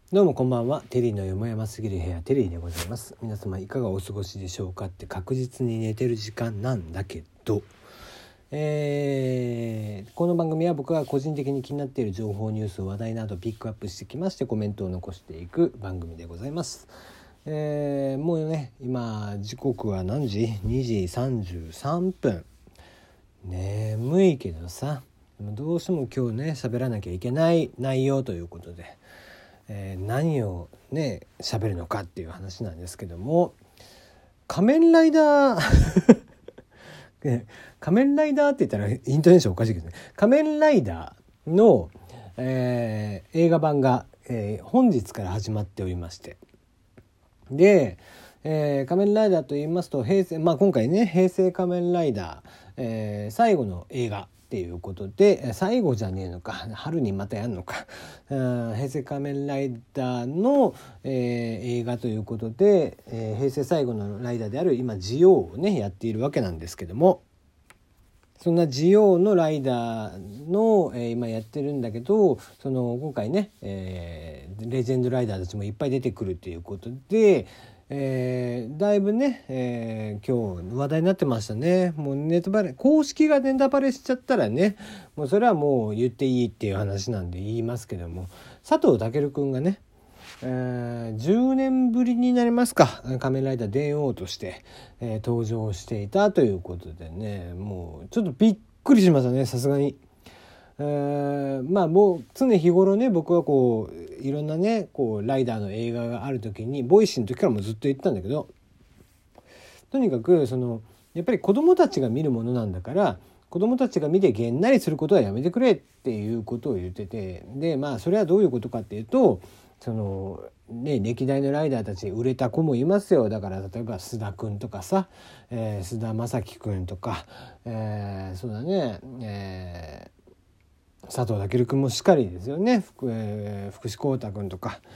どうもこんばんは。テリーのよもやますぎる部屋、テリーでございます。皆様いかがお過ごしでしょうか。って確実に寝てる時間なんだけど、この番組は僕が個人的に気になっている情報、ニュース、話題などピックアップしてきましてコメントを残していく番組でございます。もうね、今時刻は何時 ?2 時33分。眠いけどさ、どうしても今日ね喋らなきゃいけない内容ということで、何をね喋るのかっていう話なんですけども、仮面ライダー仮面ライダーって言ったらイントネーションおかしいけどね、仮面ライダーの、映画版が、本日から始まっておりまして、で、仮面ライダーと言いますと平成、今回ね平成仮面ライダー、最後の映画っていうことで、最後じゃねえのか、春にまたやんのか、平成仮面ライダーの、映画ということで、平成最後のライダーである今ジオウをねやっているわけなんですけども、そんなジオウのライダーの、今やってるんだけど、その今回ね、レジェンドライダーたちもいっぱい出てくるということで、だいぶね、今日話題になってましたね。もうネタバレ、公式がネタバレしちゃったらね、もうそれはもう言っていいっていう話なんで言いますけども、佐藤健くんがね、10年ぶりになりますか、仮面ライダー電王として、登場していたということでね、もうちょっとびっくりしましたね、さすがに。もう常日頃ね、僕はこういろんなねこうライダーの映画がある時にボイシーの時からもずっと言ってたんだけど、とにかくやっぱり子供たちが見るものなんだから、子供たちが見てげんなりすることはやめてくれっていうことを言ってて、でそれはどういうことかっていうと、歴代のライダーたち売れた子もいますよ。だから例えば須田くんとかさ、須田将暉くんとか、そうだね、佐藤健くんもしっかりですよね。福士浩太くんとか、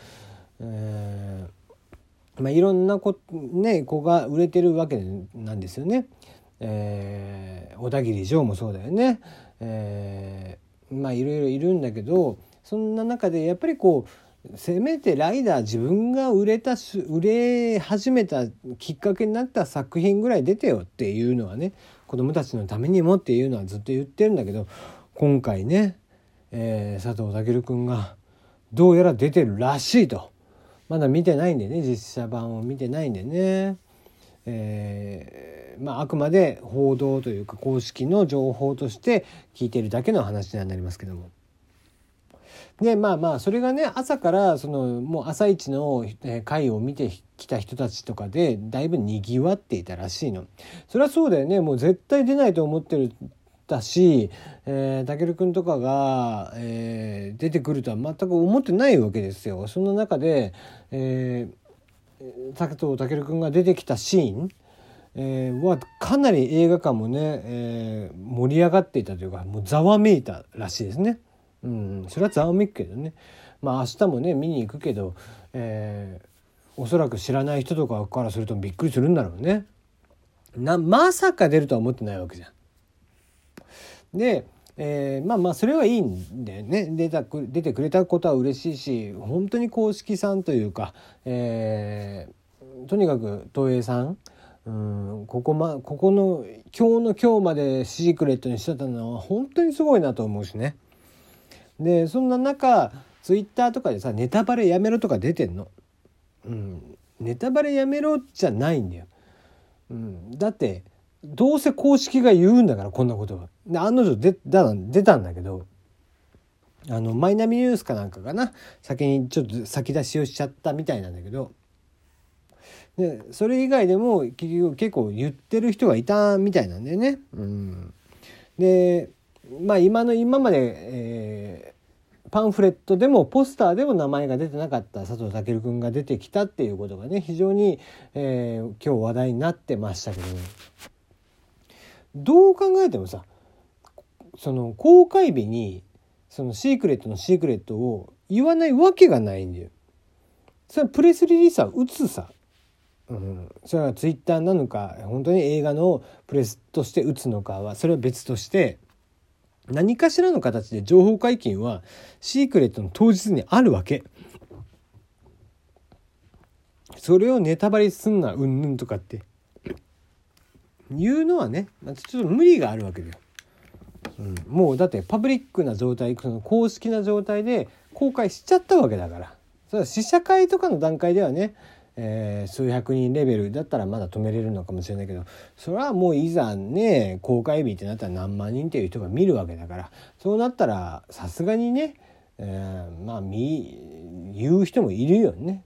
いろんな子が売れてるわけなんですよね。小田切丈もそうだよね。いろいろいるんだけど、そんな中でやっぱりこうせめてライダー自分が売れ始めたきっかけになった作品ぐらい出てよっていうのはね、子供たちのためにもっていうのはずっと言ってるんだけど、今回ね、佐藤健くんがどうやら出てるらしいと。まだ見てないんでね、実写版を見てないんでね、あくまで報道というか公式の情報として聞いてるだけの話になりますけども、でそれがね、朝からもう朝一の会を見てきた人たちとかでだいぶにぎわっていたらしいの。それはそうだよね。もう絶対出ないと思ってるだし、健くんとかが、出てくるとは全く思ってないわけですよ。その中で、佐藤健くんが出てきたシーン、はかなり映画館もね、盛り上がっていたというか、もうざわめいたらしいですね。それはざわめくけどね。明日もね見に行くけど、おそらく知らない人とかからするとびっくりするんだろうね。まさか出るとは思ってないわけじゃん。で、それはいいんだよね。出てくれたことは嬉しいし、本当に公式さんというか、とにかく東映さん、ここの今日の今日までシークレットにしてたのは本当にすごいなと思うしね。でそんな中ツイッターとかでさ、ネタバレやめろとか出てんの。ネタバレやめろじゃないんだよ。だってどうせ公式が言うんだから、こんなことは。で案の定出たんだけど、マイナビニュースかなんかかな、先にちょっと先出しをしちゃったみたいなんだけど、でそれ以外でも結構言ってる人がいたみたいなんだよね。で今まで、パンフレットでもポスターでも名前が出てなかった佐藤健くんが出てきたっていうことがね、非常に、今日話題になってましたけど、どう考えてもさ、公開日にシークレットのシークレットを言わないわけがないんだよ。それはプレスリリースは打つさ。それはツイッターなのか本当に映画のプレスとして打つのかはそれは別として、何かしらの形で情報解禁はシークレットの当日にあるわけ。 それをネタバレすんなうんぬんとかって言うのはね、ちょっと無理があるわけだよ。もうだってパブリックな状態、その公式な状態で公開しちゃったわけだから。それは試写会とかの段階ではね、数百人レベルだったらまだ止めれるのかもしれないけど、それはもういざね公開日ってなったら何万人っていう人が見るわけだから、そうなったらさすがにね、言う人もいるよね。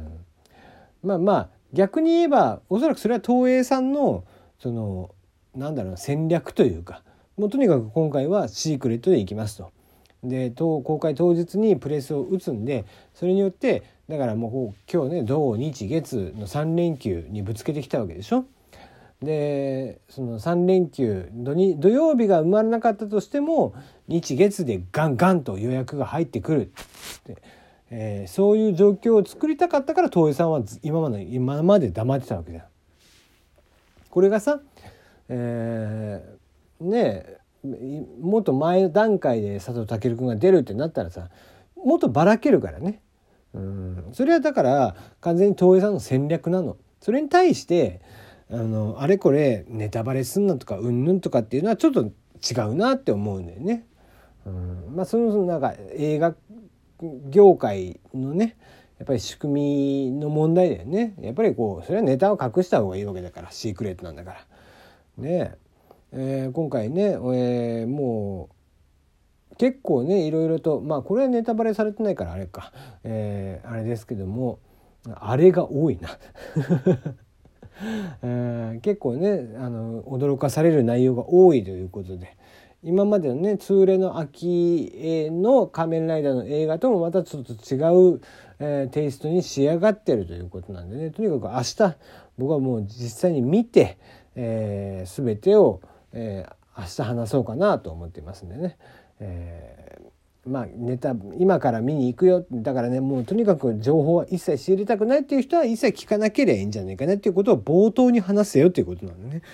逆に言えばおそらくそれは東映さんのその戦略というか、もうとにかく今回はシークレットでいきますと。で公開当日にプレスを打つんで、それによってだからもう今日ね土日月の3連休にぶつけてきたわけでしょ。でその3連休土曜日が埋まらなかったとしても日月でガンガンと予約が入ってくるって、そういう状況を作りたかったから東映さんは今まで黙ってたわけだよ。これがさ、もっと前段階で佐藤健君が出るってなったらさ、もっとばらけるからね。それはだから完全に東映さんの戦略なの。それに対してあれこれネタバレすんなとかうんぬんとかっていうのはちょっと違うなって思うんだよね。そのなんか映画業界のねやっぱり仕組みの問題だよね。やっぱりそれはネタを隠した方がいいわけだから、シークレットなんだからね。今回ね、もう結構ねいろいろとこれはネタバレされてないからあれか、あれですけどもあれが多いな、結構ね驚かされる内容が多いということで、今までのね通例の秋の仮面ライダーの映画ともまたちょっと違う、テイストに仕上がってるということなんでね、とにかく明日僕はもう実際に見て、全てを、明日話そうかなと思っていますんでね、ネタ今から見に行くよ、だからねもうとにかく情報は一切仕入れたくないっていう人は一切聞かなければいいんじゃないかなっていうことを冒頭に話せよっていうことなんでね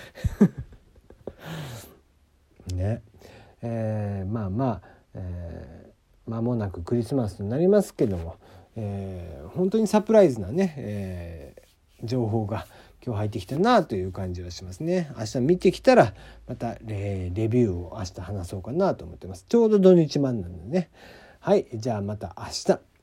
ね、間もなくクリスマスになりますけども、本当にサプライズなね、情報が今日入ってきたなという感じはしますね。明日見てきたらまたレビューを明日話そうかなと思ってます。ちょうど土日前なんでね。はい、じゃあまた明日。